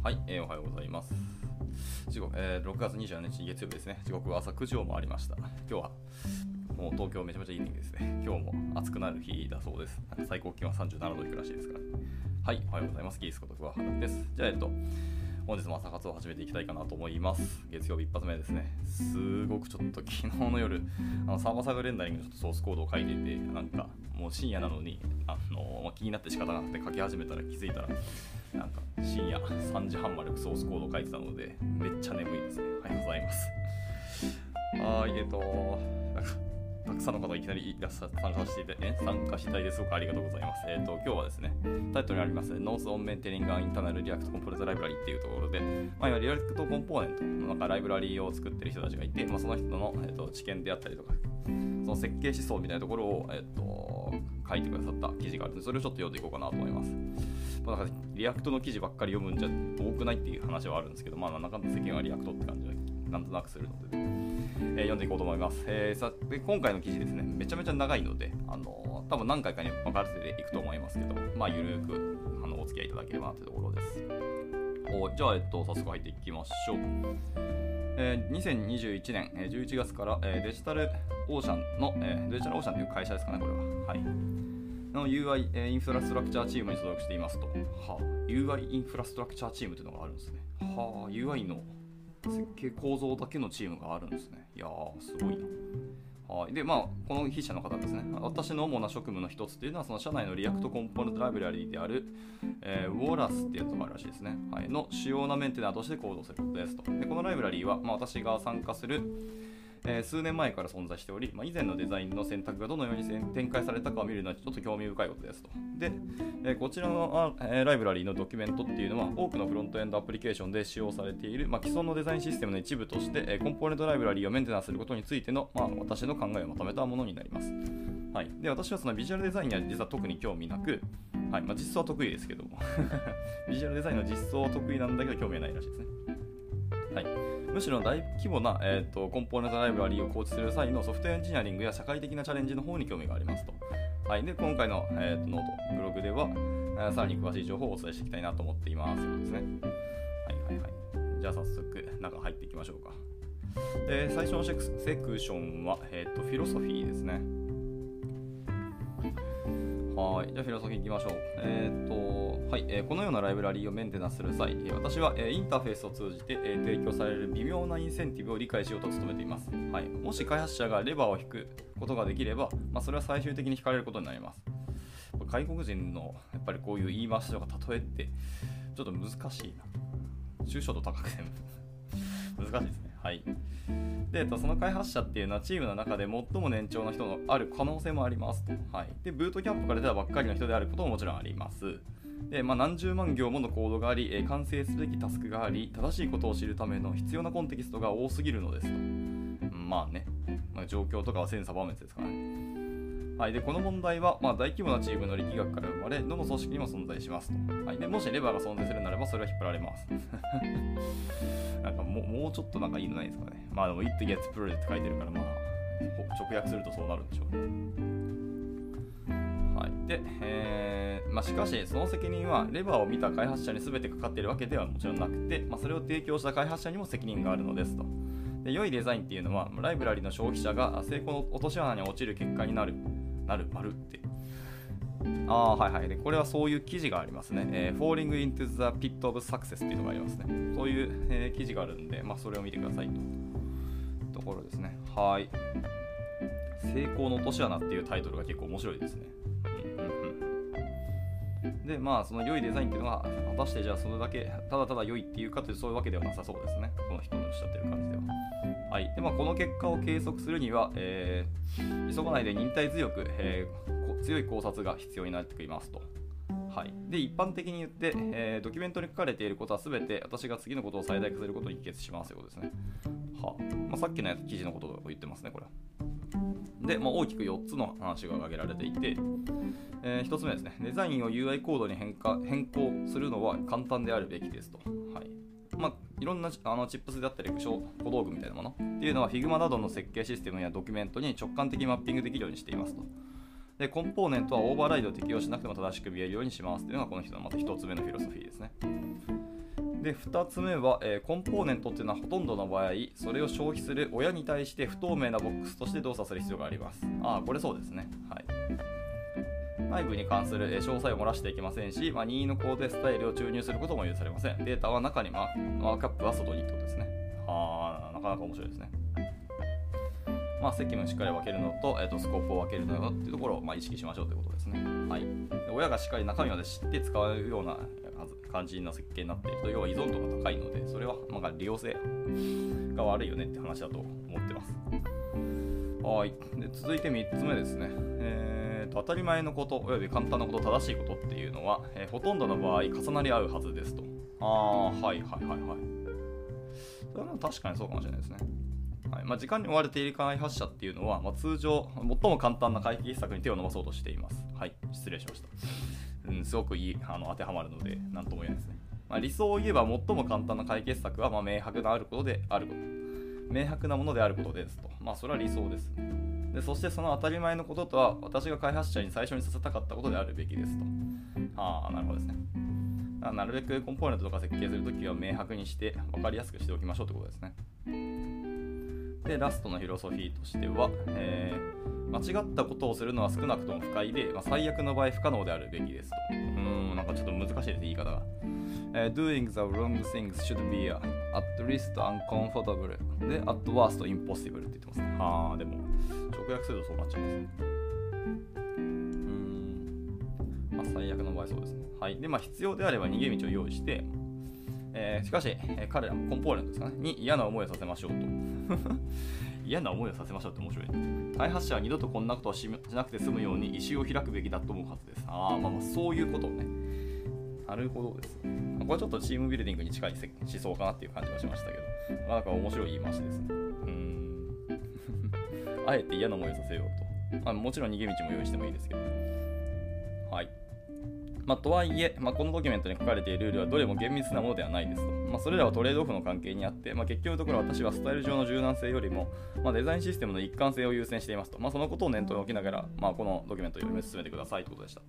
はい、おはようございます。時刻、6月27日月曜日ですね。時刻は朝9時を回りました。今日はもう東京めちゃめちゃいい天気ですね。今日も暑くなる日だそうです。最高気温は37度いくらしいですから、ね。はい、おはようございます。ギースこと桑原です。じゃあ本日も朝活を始めていきたいかなと思います。月曜日一発目ですね。すごくちょっと昨日の夜、サーバーサイドレンダリングのちょっとソースコードを書いていて、なんかもう深夜なのに、気になって仕方がなくて書き始めたら気づいたら、なんか深夜3時半までソースコードを書いてたので、めっちゃ眠いですね。おはようございます。たくさんの方がいきなり参加していただいてすごくありがとうございます。今日はですね、タイトルにあります Notes on Maintaining an Internal React Component Library っていうところで、いわゆる React コンポーネントのなんかライブラリーを作ってる人たちがいて、その人の、知見であったりとか、その設計思想みたいなところを、書いてくださった記事があるので、それをちょっと読んでいこうかなと思います。なんかリアクトの記事ばっかり読むんじゃ多くないっていう話はあるんですけど、なんか世間はリアクトって感じはなんとなくするので、読んでいこうと思います。で今回の記事ですね、めちゃめちゃ長いので、多分何回かに分かれていくと思いますけど、ゆるーくお付き合いいただければなというところです。じゃあ、早速入っていきましょう。2021年11月からデジタルオーシャンのデジタルオーシャンという会社ですかね、これは。はい。の UI インフラストラクチャーチームに所属していますと。UI インフラストラクチャーチームというのがあるんですね。UI の設計構造だけのチームがあるんですね。いやー、すごいな。で、この筆者の方ですね。私の主な職務の一つというのは、その社内のリアクトコンポーネントライブラリーである、WORAS っていうのがあるらしいですね。の主要なメンテナーとして行動することですと。で、このライブラリーは、私が参加する数年前から存在しており、以前のデザインの選択がどのように展開されたかを見るのはちょっと興味深いことですと。で、こちらのライブラリーのドキュメントっていうのは多くのフロントエンドアプリケーションで使用されている、既存のデザインシステムの一部として、コンポーネントライブラリーをメンテナンスすることについての、私の考えをまとめたものになります。で、私はそのビジュアルデザインには実は特に興味なく、実装は得意ですけどもビジュアルデザインの実装は得意なんだけど興味はないらしいですね。むしろ大規模な、コンポーネントライブラリーを構築する際のソフトウェアエンジニアリングや社会的なチャレンジの方に興味がありますと。で、今回の、ノート、ブログでは、さらに詳しい情報をお伝えしていきたいなと思っています。そうですね。じゃあ早速、中入っていきましょうか。最初のセクションは、フィロソフィーですね。じゃあフィロソフィーいきましょう。このようなライブラリーをメンテナンスする際、私はインターフェースを通じて提供される微妙なインセンティブを理解しようと努めています。もし開発者がレバーを引くことができれば、それは最終的に引かれることになります。外国人のやっぱりこういう言い回しとか例えってちょっと難しいな。抽象度高くて難しいですね。で、その開発者っていうのはチームの中で最も年長の人のある可能性もありますと。で、ブートキャンプから出たばっかりの人であることももちろんあります。で、何十万行ものコードがあり、完成すべきタスクがあり、正しいことを知るための必要なコンテキストが多すぎるのですと。状況とかは千差万別ですからね。で、この問題は、大規模なチームの力学から生まれ、どの組織にも存在しますと。で、もしレバーが存在するならば、それは引っ張られます。なんかもうちょっとなんかいいのないですかね。でも、it gets pulled って書いてるから、直訳するとそうなるんでしょうね。で、しかし、その責任はレバーを見た開発者に全てかかっているわけではもちろんなくて、それを提供した開発者にも責任があるのですと。で、良いデザインっていうのは、ライブラリの消費者が成功の落とし穴に落ちる結果になる丸って。で、これはそういう記事がありますね。Falling into the Pit of Success っていうのがありますね。そういう、記事があるんで、それを見てくださいところですね。成功の落とし穴っていうタイトルが結構面白いですね。で、その良いデザインっていうのは、果たしてじゃあそれだけただただ良いっていうかというそういうわけではなさそうですね。この人のおっしゃってる感じでは。で、この結果を計測するには、急がないで忍耐強く、強い考察が必要になってきますと。で、一般的に言って、ドキュメントに書かれていることは全て私が次のことを最大化することに帰結しますようですね。さっきの記事のことを言ってますね、これは。で、大きく4つの話が挙げられていて、1つ目ですね。デザインを UI コードに変更するのは簡単であるべきですと。いろんなチップスであったり小道具みたいなものっていうのは Figma などの設計システムやドキュメントに直感的マッピングできるようにしていますと。で、コンポーネントはオーバーライドを適用しなくても正しく見えるようにしますというのがこの人のまた1つ目のフィロソフィーですね。 で2つ目は、コンポーネントっていうのはほとんどの場合それを消費する親に対して不透明なボックスとして動作する必要があります。これそうですね。はい。内部に関する詳細を漏らしていけませんし、任意のコードスタイルを注入することも許されません。データは中にマークアップは外にってことですね。なかなか面白いですね。責務をしっかり分けるのと、スコープを分けるのっていうところを意識しましょうということですね。はい。親がしっかり中身まで知って使うような感じの設計になっていると、要は依存度が高いので、それは利用性が悪いよねって話だと思ってます。はい。で続いて3つ目ですね。当たり前のことおよび簡単なこと、正しいことっていうのは、ほとんどの場合重なり合うはずですと。はい。それは確かにそうかもしれないですね。はい。時間に追われている開発者っていうのは、通常最も簡単な解決策に手を伸ばそうとしています。はい。失礼しました。すごくいい当てはまるので何とも言えないですね。理想を言えば最も簡単な解決策は、明白なものであることですと。それは理想です。でそしてその当たり前のこととは、私が開発者に最初にさせたかったことであるべきですと。なるほどですね。なるべくコンポーネントとか設計するときは明白にして分かりやすくしておきましょうということですね。でラストのフィロソフィーとしては、間違ったことをするのは少なくとも不快で、最悪の場合不可能であるべきですと。なんかちょっと難しいです言い方が。Doing the wrong things should be at least uncomfortable で at worst impossible って言ってますね。でも直訳するとそうなっちゃいますね。最悪の場合そうですね。はい。で必要であれば逃げ道を用意して、しかし、彼らもコンポーネントですかねに嫌な思いをさせましょうと。嫌な思いをさせましょうって面白い。開発者は二度とこんなことをしなくて済むように意思を開くべきだと思うはずです。そういうことをね。なるほどです。これはちょっとチームビルディングに近い思想かなっていう感じがしましたけど、なんか面白い言い回しですね。あえて嫌な思いをさせようと。もちろん逃げ道も用意してもいいですけど。はい。とはいえ、このドキュメントに書かれているルールはどれも厳密なものではないですと。それらはトレードオフの関係にあって、結局のところ私はスタイル上の柔軟性よりも、デザインシステムの一貫性を優先していますと。そのことを念頭に置きながら、このドキュメントを読み進めてくださいということでした。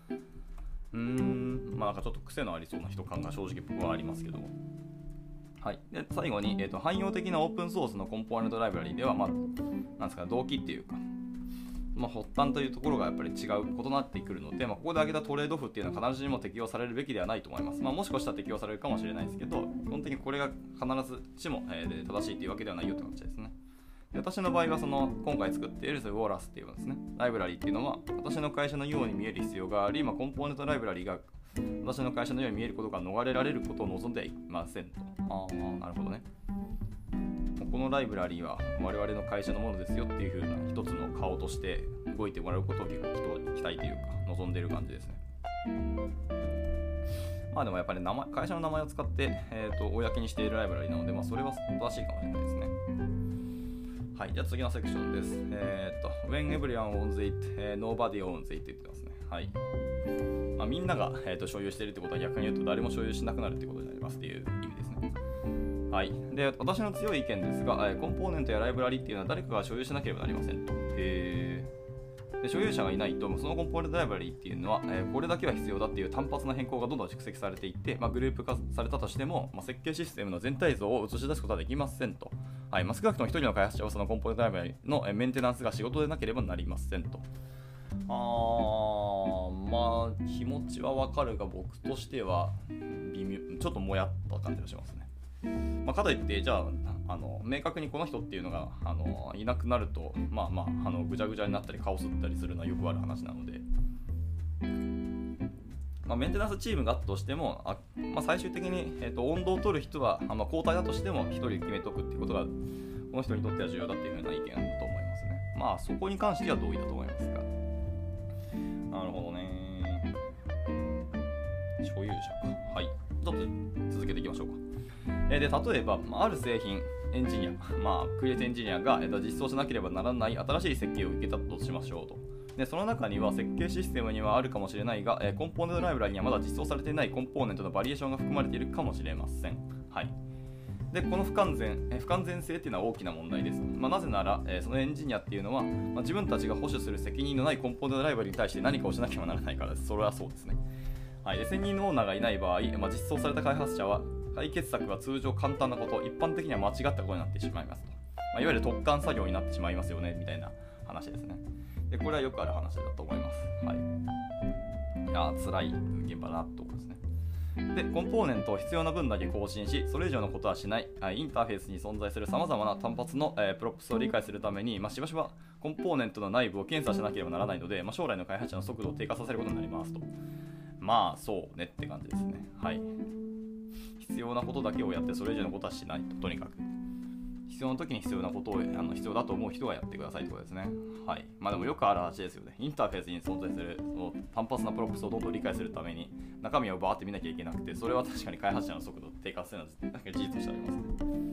なんかちょっと癖のありそうな人感が正直僕はありますけども。はい。で最後に、汎用的なオープンソースのコンポーネントライブラリでは、なんですか、動機っていうか、発端というところがやっぱり異なってくるので、ここで挙げたトレードオフっていうのは必ずしも適用されるべきではないと思います。もしかしたら適用されるかもしれないですけど、基本的にこれが必ずしも、正しいというわけではないよという形ですね。で私の場合は今回作っているウォーラスっていうですね、ライブラリっていうのは私の会社のように見える必要があり、コンポーネントライブラリが私の会社のように見えることが逃れられることを望んではいませんと。なるほどね。このライブラリーは我々の会社のものですよっていう風な一つの顔として動いてもらうことを結構期待というか望んでいる感じですね。でもやっぱり会社の名前を使って、公にしているライブラリなので、それは正しいかもしれないですね。はい、じゃあ次のセクションです。When everyone owns it, nobody owns it って言ってますね。はい。みんなが、所有しているってことは逆に言うと誰も所有しなくなるってことになりますっていう意味ですね。はい。で、私の強い意見ですが、コンポーネントやライブラリっていうのは誰かが所有しなければなりませんと。で所有者がいないと、そのコンポーネントライブラリっていうのは、これだけは必要だっていう単発な変更がどんどん蓄積されていって、グループ化されたとしても、設計システムの全体像を映し出すことはできませんと。はい。少なくとも一人の開発者はそのコンポーネントライブラリのメンテナンスが仕事でなければなりませんと。気持ちはわかるが僕としては微妙、ちょっともやった感じがしますね。かといってじゃあ明確にこの人っていうのがいなくなるとぐちゃぐちゃになったりカオスったりするのはよくある話なので、メンテナンスチームがあったとしても最終的に、温度を取る人は交代だとしても1人決めとくっていうことがこの人にとっては重要だっていう風な意見だと思いますね。そこに関しては同意だと思いますが、なるほどね。所有者か。はい。ちょっと続けていきましょうか。で例えば、ある製品エンジニア、クリエイトエンジニアが、実装しなければならない新しい設計を受けたとしましょうと。でその中には設計システムにはあるかもしれないが、コンポーネントライブラリにはまだ実装されていないコンポーネントのバリエーションが含まれているかもしれません。はい。でこの不完全性っていうのは大きな問題です。なぜなら、そのエンジニアっていうのは、自分たちが保守する責任のないコンポーネントライブラリに対して何かをしなければならないからです。それはそうですね。はい。で専任のオーナーがいない場合、実装された開発解決策は通常簡単なこと、一般的には間違ったことになってしまいますと。いわゆる特貫作業になってしまいますよねみたいな話ですね。でこれはよくある話だと思います。はい。いや辛い現場だってことですね。でコンポーネントを必要な分だけ更新し、それ以上のことはしない、インターフェースに存在するさまざまな単発の、プロップスを理解するために、しばしばコンポーネントの内部を検査しなければならないので、将来の開発者の速度を低下させることになりますと。そうねって感じですね。はい。必要なことだけをやって、それ以上のことはしないと。とにかく必要な時に必要なことを必要だと思う人がやってくださいということですね。はい。でもよくある話ですよね。インターフェースに存在するその単発なプロップスをどんどん理解するために中身をバーって見なきゃいけなくて、それは確かに開発者の速度を低下するのは確かに事実としてありますね。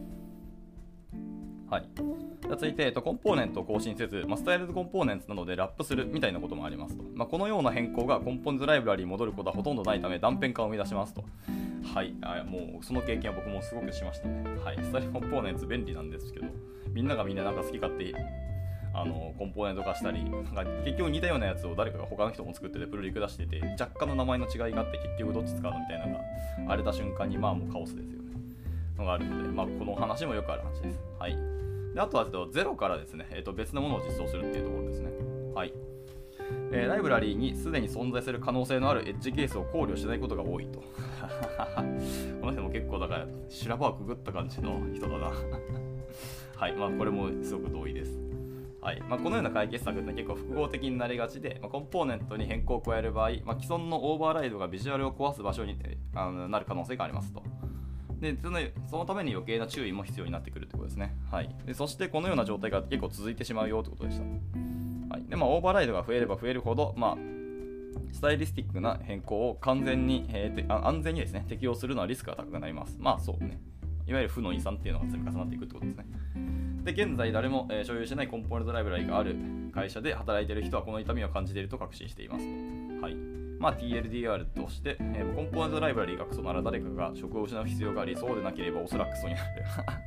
はい。続いて、コンポーネントを更新せず、スタイルズコンポーネンツなどでラップするみたいなこともありますと。このような変更がコンポーネントライブラリに戻ることはほとんどないため断片化を生み出しますと。はい。もうその経験は僕もすごくしましたね。はい。スタイルコンポーネンツ便利なんですけど、みんながみんななんか好き勝手コンポーネント化したり、結局似たようなやつを誰かが他の人も作っててプルリク出してて、若干の名前の違いがあって結局どっち使うのみたいなのが荒れた瞬間にもうカオスですよねのがあるので、この話もよくある話です。はい。であとはゼロからですね、別のものを実装するっていうところですね。はい。ライブラリーにすでに存在する可能性のあるエッジケースを考慮しないことが多いと。この人も結構だから修羅場をくぐった感じの人だな。はい。これもすごく同意です。はい。このような解決策って結構複合的になりがちで、コンポーネントに変更を加える場合、既存のオーバーライドがビジュアルを壊す場所になる可能性がありますと。でそのために余計な注意も必要になってくるということですね。はい。でそしてこのような状態が結構続いてしまうよということでした。はい。でオーバーライドが増えれば増えるほど、スタイリスティックな変更を完全に、安全にですね適用するのはリスクが高くなります。そうね。いわゆる負の遺産っていうのが積み重なっていくってことですね。で現在誰も、所有してないコンポーネントライブラリがある会社で働いている人はこの痛みを感じていると確信していますと。はい。TLDR として、コンポーネントライブラリがクソなら誰かが職を失う必要があり、そうでなければおそらくクソになる。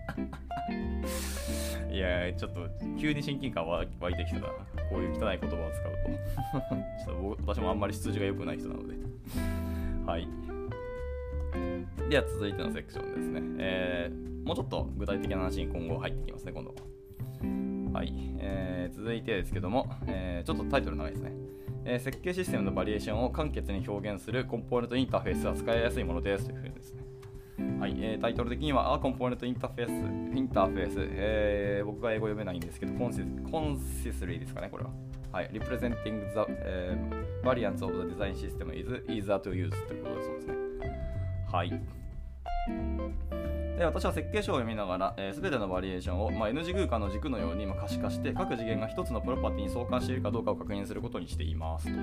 いやちょっと急に親近感湧いてきたな。こういう汚い言葉を使うと。ちょっと私もあんまり出自が良くない人なので。はい。では続いてのセクションですね。もうちょっと具体的な話に今後入ってきますね、今度は。はい。続いてですけども、ちょっとタイトル長いですね。設計システムのバリエーションを簡潔に表現するコンポーネントインターフェースは使いやすいものですというふうにですね。はい。タイトル的にはコンポーネントインターフェース、僕が英語読めないんですけど、コンシスリーですかね、これは。はい。Representing the、variants of the design system is easier to use ということだそうですね。はい。で私は設計書を読みながら、全てのバリエーションを、N 字空間の軸のように可視化して各次元が一つのプロパティに相関しているかどうかを確認することにしていますと。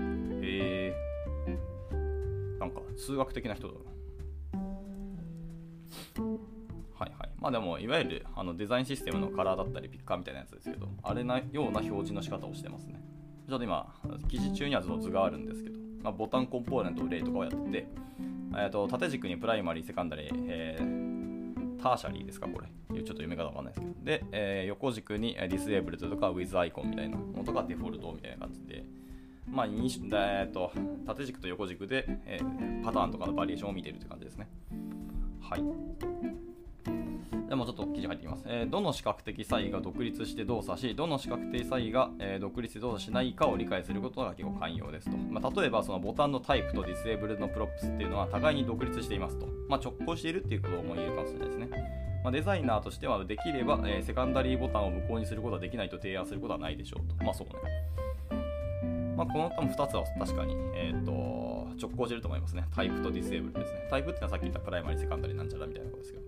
なんか数学的な人だな。はいはい。でもいわゆるデザインシステムのカラーだったりピッカーみたいなやつですけど、あれなような表示の仕方をしてますね。ちょっと今記事中にはその図があるんですけど、ボタンコンポーネント例とかをやってて、縦軸にプライマリー、セカンダリー、ターシャリーですかこれ。ちょっと読み方わかんないですけど。で、横軸にディスエーブルとか with アイコンみたいなのとかデフォルトみたいな感じで、縦軸と横軸で、パターンとかのバリエーションを見ているという感じですね。はい。でもちょっと記事入ってきます。どの視覚的差異が独立して動作し、どの視覚的差異が、独立して動作しないかを理解することが結構寛容ですと。例えばそのボタンのタイプとディスエーブルのプロップスっていうのは互いに独立していますと。直行しているっていうことも言えるかもしれないですね。デザイナーとしてはできれば、セカンダリーボタンを無効にすることはできないと提案することはないでしょうと。そうね。この多分2つは確かに、直行していると思いますね。タイプとディスエーブルですね。タイプってのはさっき言ったプライマリー、セカンダリーなんちゃらみたいなことですけど。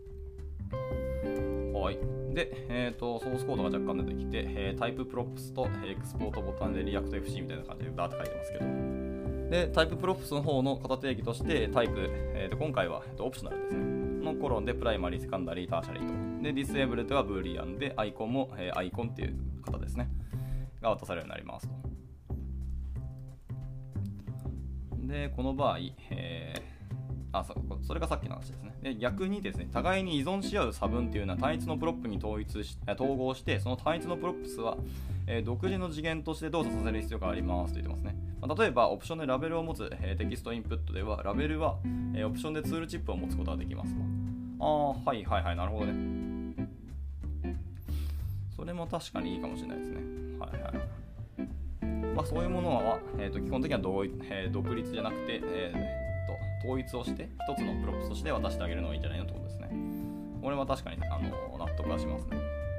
はい。で、ソースコードが若干出てきて、タイププロップスとエクスポートボタンでリアクト FC みたいな感じでバーって書いてますけど。で、タイププロップスの方の型定義として、タイプ、今回は、オプショナルですね。のコロンでプライマリー、セカンダリー、ターシャリーと。で、ディスエーブルではブーリアンで、アイコンも、アイコンっていう型ですね。が渡されるようになりますと。で、この場合、それがさっきの話ですね。で、逆にですね、互いに依存し合う差分っていうのは単一のプロップに統合して、その単一のプロップスは、独自の次元として動作させる必要がありますと言ってますね。 例えばオプションでラベルを持つ、テキストインプットではラベルは、オプションでツールチップを持つことができますと。はいはいはい、なるほどね。それも確かにいいかもしれないですね。はいはい。そういうものは、基本的には独立じゃなくて、統一をして一つのプロプスとして渡してあげるのがいいんじゃないのってことですね。これは確かに納得はしますね。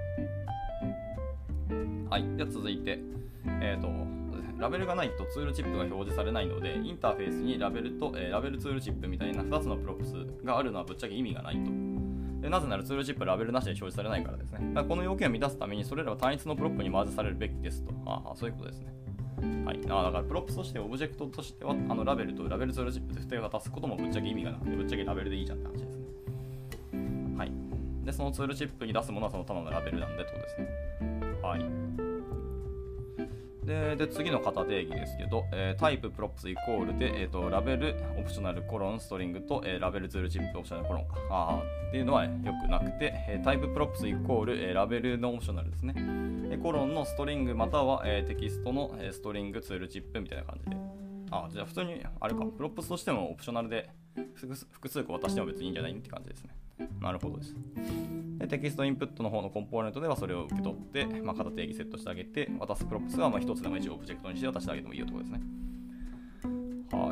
はい。では続いて、ラベルがないとツールチップが表示されないので、インターフェースにラベルと、ラベルツールチップみたいな2つのプロプスがあるのはぶっちゃけ意味がないと。でなぜならツールチップはラベルなしで表示されないからですね。だからこの要件を満たすためにそれらは単一のプロップにマージされるべきですと。そういうことですね。はい。だからプロップとしてオブジェクトとしてはラベルとラベルツールチップで2つ渡すこともぶっちゃけ意味がなくて、ぶっちゃけラベルでいいじゃんって話ですね。はい。で、そのツールチップに出すものはそのただのラベルなんでってことですね。はい。で次の型定義ですけど、タイププロップスイコールで、ラベルオプショナルコロンストリングと、ラベルツールチップオプショナルコロンかっていうのはよくなくて、タイププロップスイコール、ラベルのオプショナルですね。コロンのストリングまたは、テキストの、ストリングツールチップみたいな感じで。じゃあ普通にあれか、プロップスとしてもオプショナルで複数個渡しても別にいいんじゃないって感じですね。なるほどです。でテキストインプットの方のコンポーネントではそれを受け取って、型定義セットしてあげて、渡すプロップスは1つでも一応オブジェクトにして渡してあげてもいいよってことですね。はい。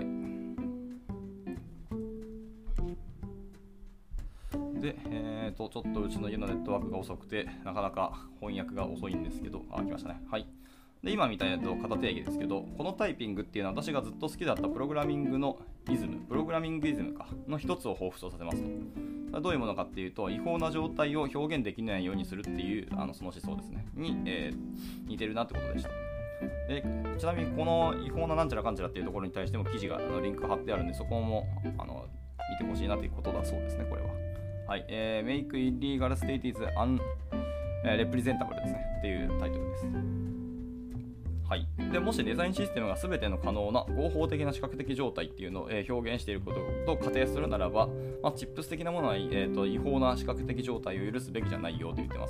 で、ちょっとうちの家のネットワークが遅くて、なかなか翻訳が遅いんですけど、来ましたね。はい。で今みたいな型定義ですけど、このタイピングっていうのは私がずっと好きだったプログラミングのイズムかの一つを彷彿とさせますと。どういうものかっていうと、違法な状態を表現できないようにするっていうその思想ですねに、似てるなってことでした。でちなみにこの違法ななんちゃらかんちゃらっていうところに対しても記事がリンク貼ってあるんで、そこも見てほしいなということだそうですね。これははい、Make Illegal States Unrepresentable ですねっていうタイトルです。はい、でもしデザインシステムが全ての可能な合法的な視覚的状態っていうのを、表現していることと仮定するならば、チップス的なものは、違法な視覚的状態を許すべきじゃないよと言ってます。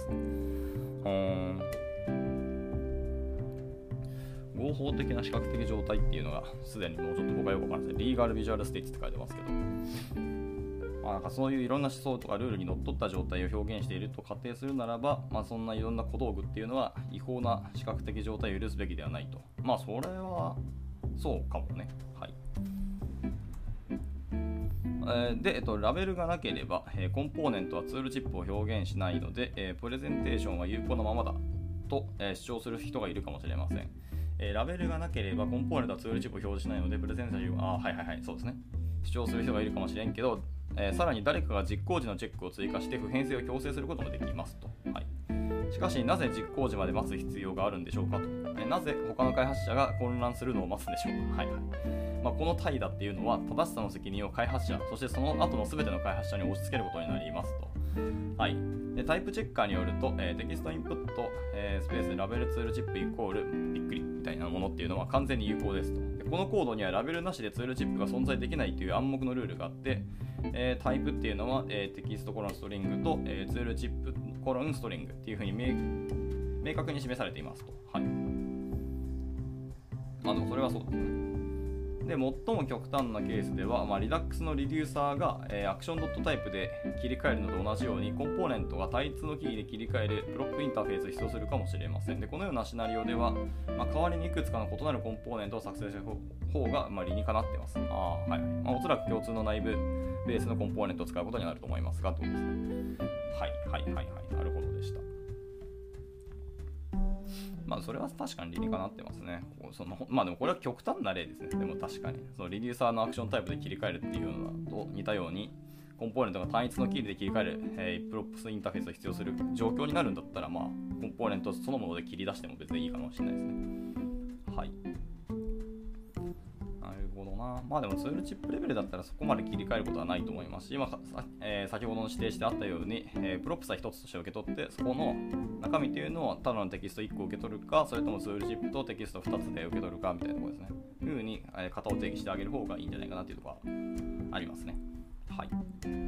合法的な視覚的状態っていうのがすでにもうちょっと僕はよくわからないです。リーガルビジュアルステイツって書いてますけど、なんかそういういろんな思想とかルールにのっとった状態を表現していると仮定するならば、そんないろんな小道具っていうのは違法な視覚的状態を許すべきではないと。それはそうかもね。はい。で、ラベルがなければ、コンポーネントはツールチップを表現しないので、プレゼンテーションは有効なままだと、主張する人がいるかもしれません。ラベルがなければコンポーネントはツールチップを表示しないのでプレゼンテーションはそうですね。主張する人がいるかもしれんけど、さらに誰かが実行時のチェックを追加して普遍性を強制することもできますと。はい、しかしなぜ実行時まで待つ必要があるんでしょうかと。なぜ他の開発者が混乱するのを待つんでしょうか。はいはい。この怠惰っていうのは正しさの責任を開発者、そしてその後の全ての開発者に押し付けることになりますと。はい、でタイプチェッカーによると、テキストインプット、スペースラベルツールチップイコールびっくりみたいなものっていうのは完全に有効ですと。でこのコードにはラベルなしでツールチップが存在できないという暗黙のルールがあって、タイプっていうのは、テキストコロンストリングと、ツールチップコロンストリングっていうふうに明確に示されていますと。はい。でもそれはそうですね。で最も極端なケースでは、リダックスのリデューサーが、アクションドットタイプで切り替えるのと同じようにコンポーネントが単一のキーで切り替えるプロップインターフェースを必要するかもしれません。でこのようなシナリオでは、代わりにいくつかの異なるコンポーネントを作成した方が、理にかなっています。おそらく共通の内部ベースのコンポーネントを使うことになると思いますが、どうですね。なるほどでした。それは確かに理にかなってますね。でもこれは極端な例ですね。でも確かにそのリデューサーのアクションタイプで切り替えるっていうのと似たように、コンポーネントが単一のキーで切り替える、プロップスインターフェースを必要する状況になるんだったら、コンポーネントそのもので切り出しても別にいいかもしれないですね。はい。なるほどな。でもツールチップレベルだったらそこまで切り替えることはないと思いますし、先ほどの指定してあったように、プロップスは1つとして受け取って、そこの中身というのはただのテキスト1個受け取るか、それともツールチップとテキスト2つで受け取るかみたいなところですね。というふうに、型を定義してあげる方がいいんじゃないかなというところはありますね。はい。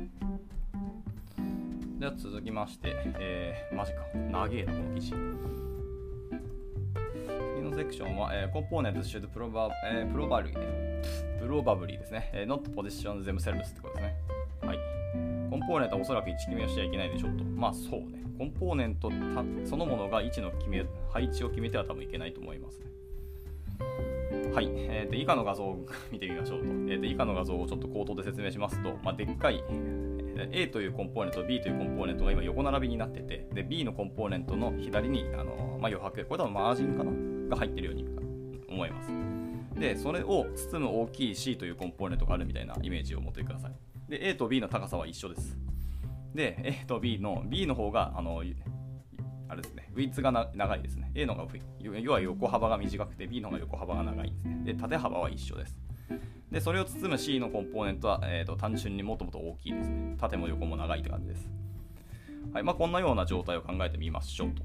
では続きまして、マジか。長えな、この記事。次のセクションは、Components should probably ですね、not position themselves ってことですね。はい。コンポーネントはおそらく位置決めをしちゃいけないでしょうと。まあそうね。コンポーネントそのものが位置の配置を決めては多分いけないと思いますね。はい。以下の画像を見てみましょうと。以下の画像をちょっと口頭で説明しますと、でっかいA というコンポーネントと B というコンポーネントが今横並びになってて、で B のコンポーネントの左に余白、これ多分マージンかなが入ってるように思います。で、それを包む大きい C というコンポーネントがあるみたいなイメージを持ってください。で、A と B の高さは一緒です。で、A と B の方が、あれですね、ウィッツが長いですね。A の方が、要は横幅が短くて B の方が横幅が長いんですね。で、縦幅は一緒です。で、それを包む C のコンポーネントは、単純にもともと大きいですね。縦も横も長いって感じです。はい、こんなような状態を考えてみましょうと。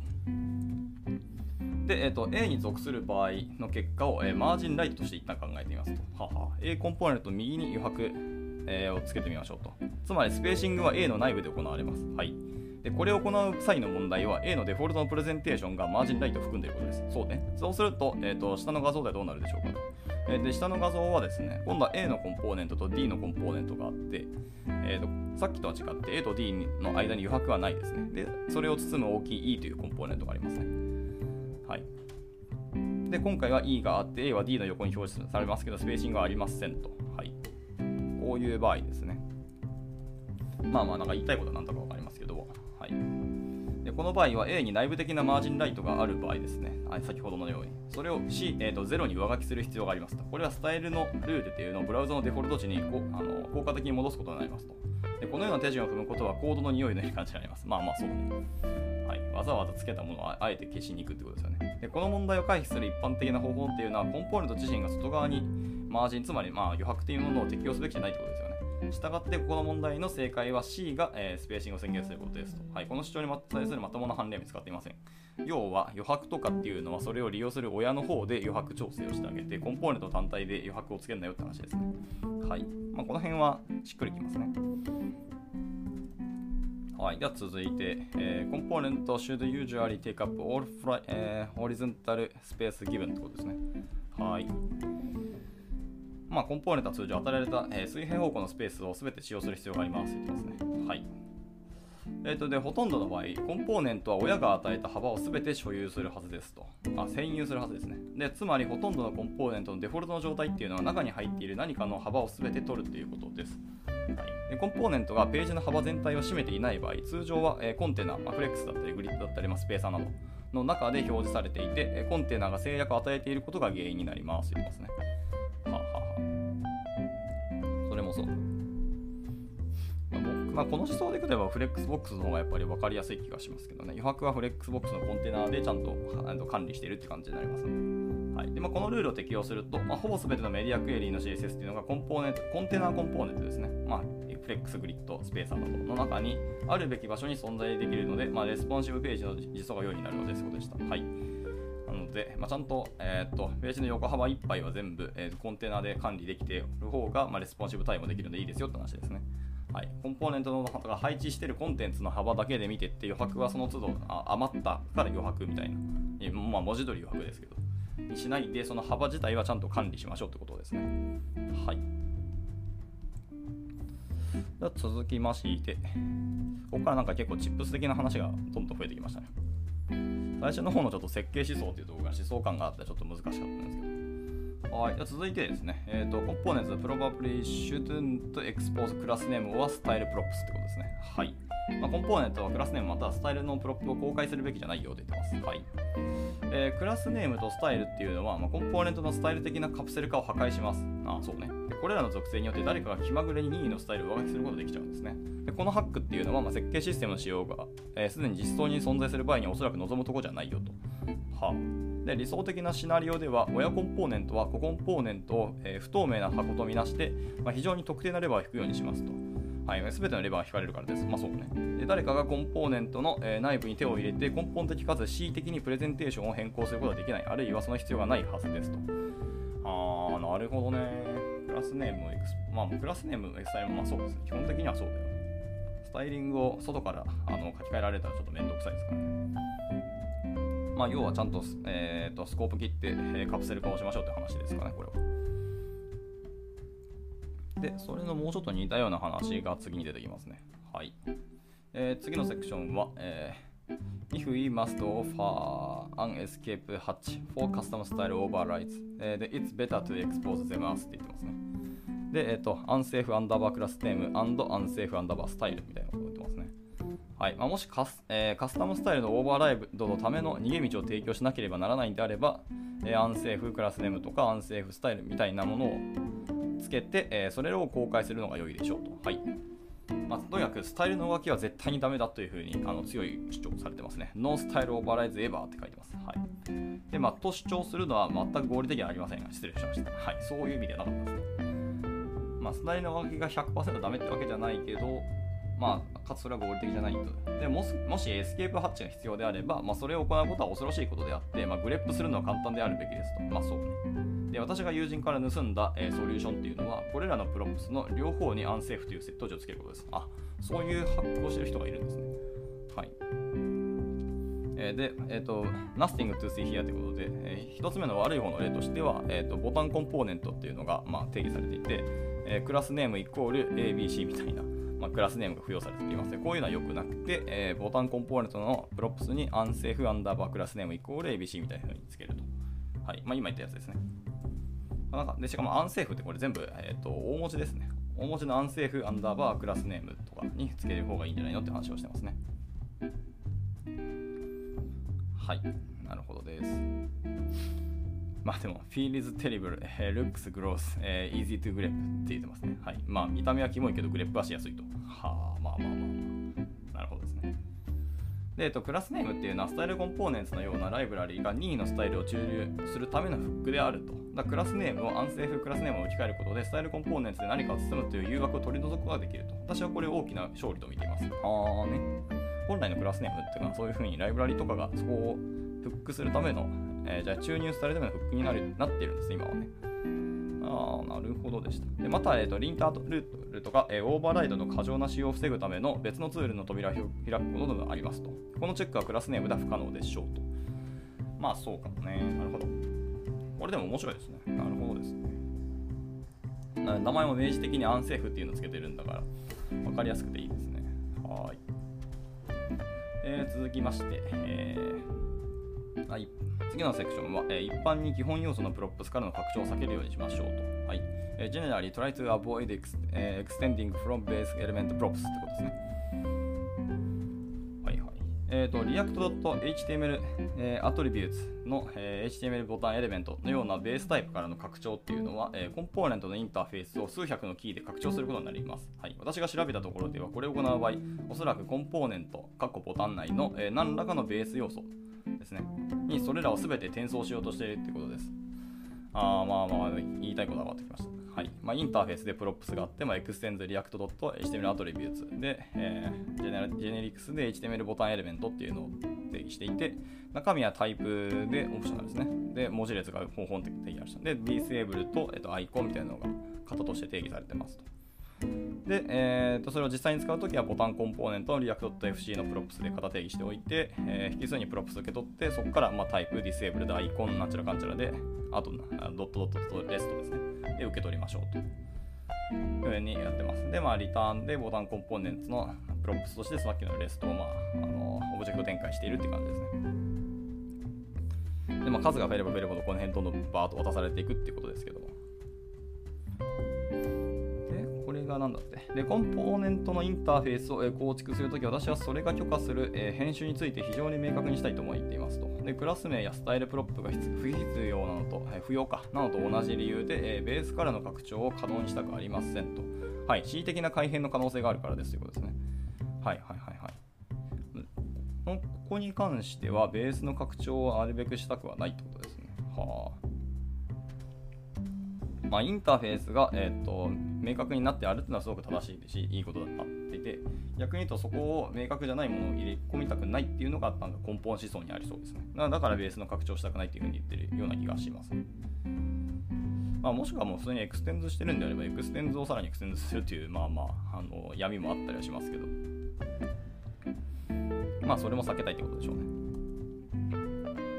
で、A に属する場合の結果を、マージンライトとして一旦考えてみますと。A コンポーネント右に余白、をつけてみましょうと。つまりスペーシングは A の内部で行われます。はい。で、これを行う際の問題は A のデフォルトのプレゼンテーションがマージンライトを含んでいることです。そうね。そうすると、下の画像ではどうなるでしょうかと。で、下の画像はですね、今度は A のコンポーネントと D のコンポーネントがあって、さっきとは違って A と D の間に余白はないですね。で、それを包む大きい E というコンポーネントがありますね。はい。で、今回は E があって A は D の横に表示されますけど、スペーシングはありませんと。はい。こういう場合ですね。なんか言いたいことは何とかわかりますけど、はい。で、この場合は A に内部的なマージンライトがある場合ですね。はい、先ほどのように。それを 0に上書きする必要がありますと。これはスタイルのルールというのをブラウザのデフォルト値に効果的に戻すことになりますと。で、このような手順を踏むことはコードの匂いのように感じられます。そうね。はい。わざわざつけたものをあえて消しに行くってことですよね。で、この問題を回避する一般的な方法っていうのは、コンポーネント自身が外側にマージン、つまり余白というものを適用すべきじゃないってことですよね。したがって、この問題の正解は C が、スペーシングを宣言することですと。はい、この主張に対するまともな判例は見つかっていません。要は余白とかっていうのはそれを利用する親の方で余白調整をしてあげて、コンポーネント単体で余白をつけるんだよって話ですね。はい。この辺はしっくりきますね。はい、では続いて、コンポーネント should usually take up all horizontal space given ってことですね。はい。コンポーネントは通常与えられた、水平方向のスペースを全て使用する必要がありますと言ってますね。はい。で、ほとんどの場合、コンポーネントは親が与えた幅を全て所有するはずですと。占有するはずですね。で、つまりほとんどのコンポーネントのデフォルトの状態っていうのは中に入っている何かの幅を全て取るということです。はい、でコンポーネントがページの幅全体を占めていない場合、通常は、コンテナ、フレックスだったりグリッドだったり、スペーサーなどの中で表示されていて、コンテナが制約を与えていることが原因になりますと言いますね。それもそう。この思想でいくとフレックスボックスの方がやっぱり分かりやすい気がしますけどね。余白はフレックスボックスのコンテナでちゃんと管理しているって感じになりますね。はい。で、このルールを適用すると、ほぼ全てのメディアクエリーの CSS っていうのがコンテナコンポーネントですね。フレックスグリッド、スペーサーなどの中にあるべき場所に存在できるので、レスポンシブページの実装が良いになるので、そうでした。はい。なので、ちゃんと、ページの横幅いっぱいは全部、コンテナで管理できている方が、レスポンシブ対応できるのでいいですよって話ですね。はい、コンポーネントのが配置しているコンテンツの幅だけで見ていって余白はその都度余ったから余白みたいな、文字通り余白ですけどにしないで、その幅自体はちゃんと管理しましょうってことですね。はい。では続きまして、ここから結構チップス的な話がどんどん増えてきましたね。最初の方のちょっと設計思想というところが思想感があってちょっと難しかったんですけど。はい、続いてですね、Components probably shouldn't expose class name or style props ってことですね。はい。コンポーネントはクラスネームまたはスタイルのプロップを公開するべきじゃないよと言ってます。はい。クラスネームとスタイルっていうのは、コンポーネントのスタイル的なカプセル化を破壊します。そうね。でこれらの属性によって誰かが気まぐれに任意のスタイルを上書きすることができちゃうんですね。でこのハックっていうのは、設計システムの使用がすでに実装に存在する場合におそらく望むところじゃないよと。で理想的なシナリオでは親コンポーネントは子コンポーネントを、不透明な箱とみなして、非常に特定なレバーを引くようにしますと。はい、全てのレバーが引かれるからです。そうね。で誰かがコンポーネントの、内部に手を入れて根本的かつ恣意的にプレゼンテーションを変更することはできない、あるいはその必要がないはずですと。なるほどね。クラスネームクラスネームのスタイルもそうですね。基本的にはそうだよ。スタイリングを外から書き換えられたらちょっとめんどくさいですからね。 まあ、要はちゃんと、スコープ切って、カプセル化をしましょうという話ですかね、これは。で、それのもうちょっと似たような話が次に出てきますね。はい。次のセクションは、If we must offer an escape hatch for custom style overrides, it's better to expose them as って言ってますね。で、unsafe underbar クラスネーム &unsafe underbar スタイルみたいなことを言ってますね。はい。まあ、もしカスタムスタイルのオーバーライドのための逃げ道を提供しなければならないんであれば、unsafe クラスネームとか unsafe スタイルみたいなものをつけて、それを公開するのが良いでしょうと。はい。まあ、とにかくスタイルの動きは絶対にダメだというふうに強い主張されてますね。ノースタイルオーバーライズエバーって書いてます。はい。で、まあ、と主張するのは全く合理的ではありませんが、失礼しました。はい。そういう意味ではなかったですね。まあ、スタイルの動きが 100% ダメってわけじゃないけど、まあ、かつそれは合理的じゃないと。でもしエスケープハッチが必要であれば、まあ、それを行うことは恐ろしいことであって、まあ、グレップするのは簡単であるべきですと。まあ、そうね。で、私が友人から盗んだ、ソリューションっていうのは、これらのプロップスの両方にアンセーフという設定をつけることです。あ、そういうハックをしている人がいるんですね。はい。で、nothing to see here ということで、一つ目の悪い方の例としては、ボタンコンポーネントっていうのが、まあ、定義されていて、クラスネームイコール ABC みたいな、まあ、クラスネームが付与されていますね。こういうのは良くなくて、ボタンコンポーネントのプロップスに unsafe アンダーバークラスネームイコール ABC みたいな風につけると。はい。まあ、今言ったやつですね。でしかもアンセーフってこれ全部、大文字ですね。大文字のアンセーフアンダーバークラスネームとかにつける方がいいんじゃないのって話をしてますね。はい、なるほどです。まあでも、feel is terrible, looks gross, easy to grep って言ってますね。はい。まあ見た目はキモいけどグレップはしやすいと。はあ、まあ。なるほどですね。で、クラスネームっていうのはスタイルコンポーネンツのようなライブラリーが任意のスタイルを注入するためのフックであると。だクラスネームをアンセーフクラスネームを置き換えることでスタイルコンポーネンツで何かを包むという誘惑を取り除くことができると。私はこれを大きな勝利と見ています。はあね。本来のクラスネームっていうのはそういう風にライブラリとかがそこをフックするための、じゃあ注入されるためのフックになっているんです、今はね。なるほどでした。でまた、リンタールールとか、オーバーライドの過剰な使用を防ぐための別のツールの扉を開くことがありますと。このチェックはクラスネームでは不可能でしょうと。まあそうかもね。なるほど。これでも面白いですね。なるほどですね。名前も明示的にアンセーフっていうのをつけてるんだから分かりやすくていいですね。はい。続きまして、次のセクションは、一般に基本要素のプロップスからの拡張を避けるようにしましょうと。はい。Generally try to avoid extending from base element props ってことですね。はいはい。React.html、attributes の、HTML ボタンエレメントのようなベースタイプからの拡張っていうのは、コンポーネントのインターフェースを数百のキーで拡張することになります。はい。私が調べたところでは、これを行う場合、おそらくコンポーネント、ボタン内の、何らかのベース要素ですね。にそれらを全て転送しようとしているということです。言いたいことが分かってきました。はい。インターフェースでプロップスがあって、extend react.html attributes で、generics で HTML ボタンエレメントっていうのを定義していて、中身はタイプでオプショナルですね。で、文字列が方法的に定義した。で、disable と、アイコンみたいなのが型として定義されてますと。で、それを実際に使うときはボタンコンポーネントの React.fc のプロップスで型定義しておいて、引数にプロップスを受け取って、そこから、タイプ、ディセーブルでアイコン、なんちゃらかんちゃらで、あと、ドットとレストですね。で、受け取りましょうと。いうふうにやってます。で、リターンでボタンコンポーネントのプロップスとしてさっきのレストを、オブジェクト展開しているって感じですね。で、数が増えれば増えるほど、この辺どんどんバーッと渡されていくっていうことですけども。なんだってでコンポーネントのインターフェースを構築するとき、私はそれが許可する編集について非常に明確にしたいと思っていますと。でクラス名やスタイルプロップが不必要なのと不要かなのと同じ理由でベースからの拡張を可能にしたくありませんと。はい、恣意的な改変の可能性があるからですということですね。はい。ここに関してはベースの拡張をあるべくしたくはないってことですね。はあ。インターフェースが、明確になってあるっていうのはすごく正しいし、いいことだったっていて、逆に言うとそこを明確じゃないものを入れ込みたくないっていうのが根本思想にありそうですね。だからベースの拡張したくないっていうふうに言ってるような気がします。もしくはもう普通にエクステンズしてるんであれば、エクステンズをさらにエクステンズするという、闇もあったりはしますけど、それも避けたいってことでしょうね。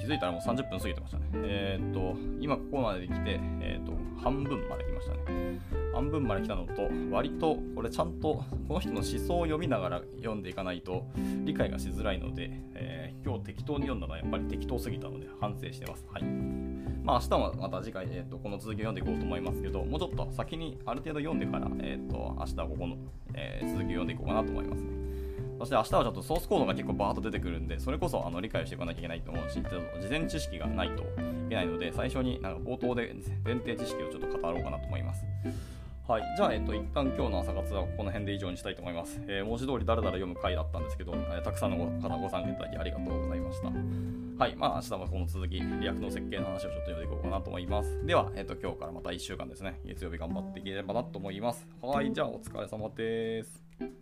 気づいたらもう30分過ぎてましたね。今ここまで来て、半分まで来ましたね。半分まで来たのと、割とこれちゃんとこの人の思想を読みながら読んでいかないと理解がしづらいので、今日適当に読んだのはやっぱり適当すぎたので反省してます。はい。まあ明日はまた次回、この続きを読んでいこうと思いますけど、もうちょっと先にある程度読んでから、明日はここの、続きを読んでいこうかなと思いますね。そして明日はちょっとソースコードが結構バーッと出てくるんで、それこそ理解していかなきゃいけないと思うし、事前知識がないといけないので、最初になんか冒頭で前提知識をちょっと語ろうかなと思います。はい、じゃあ、一旦今日の朝活はこの辺で以上にしたいと思います。文字通りだらだら読む回だったんですけど、たくさんの方ご参加いただきありがとうございました。はい、まあ明日もこの続き、リアクトの設計の話をちょっと読んでいこうかなと思います。では、今日からまた1週間ですね、月曜日頑張っていければなと思います。はい、じゃあお疲れ様です。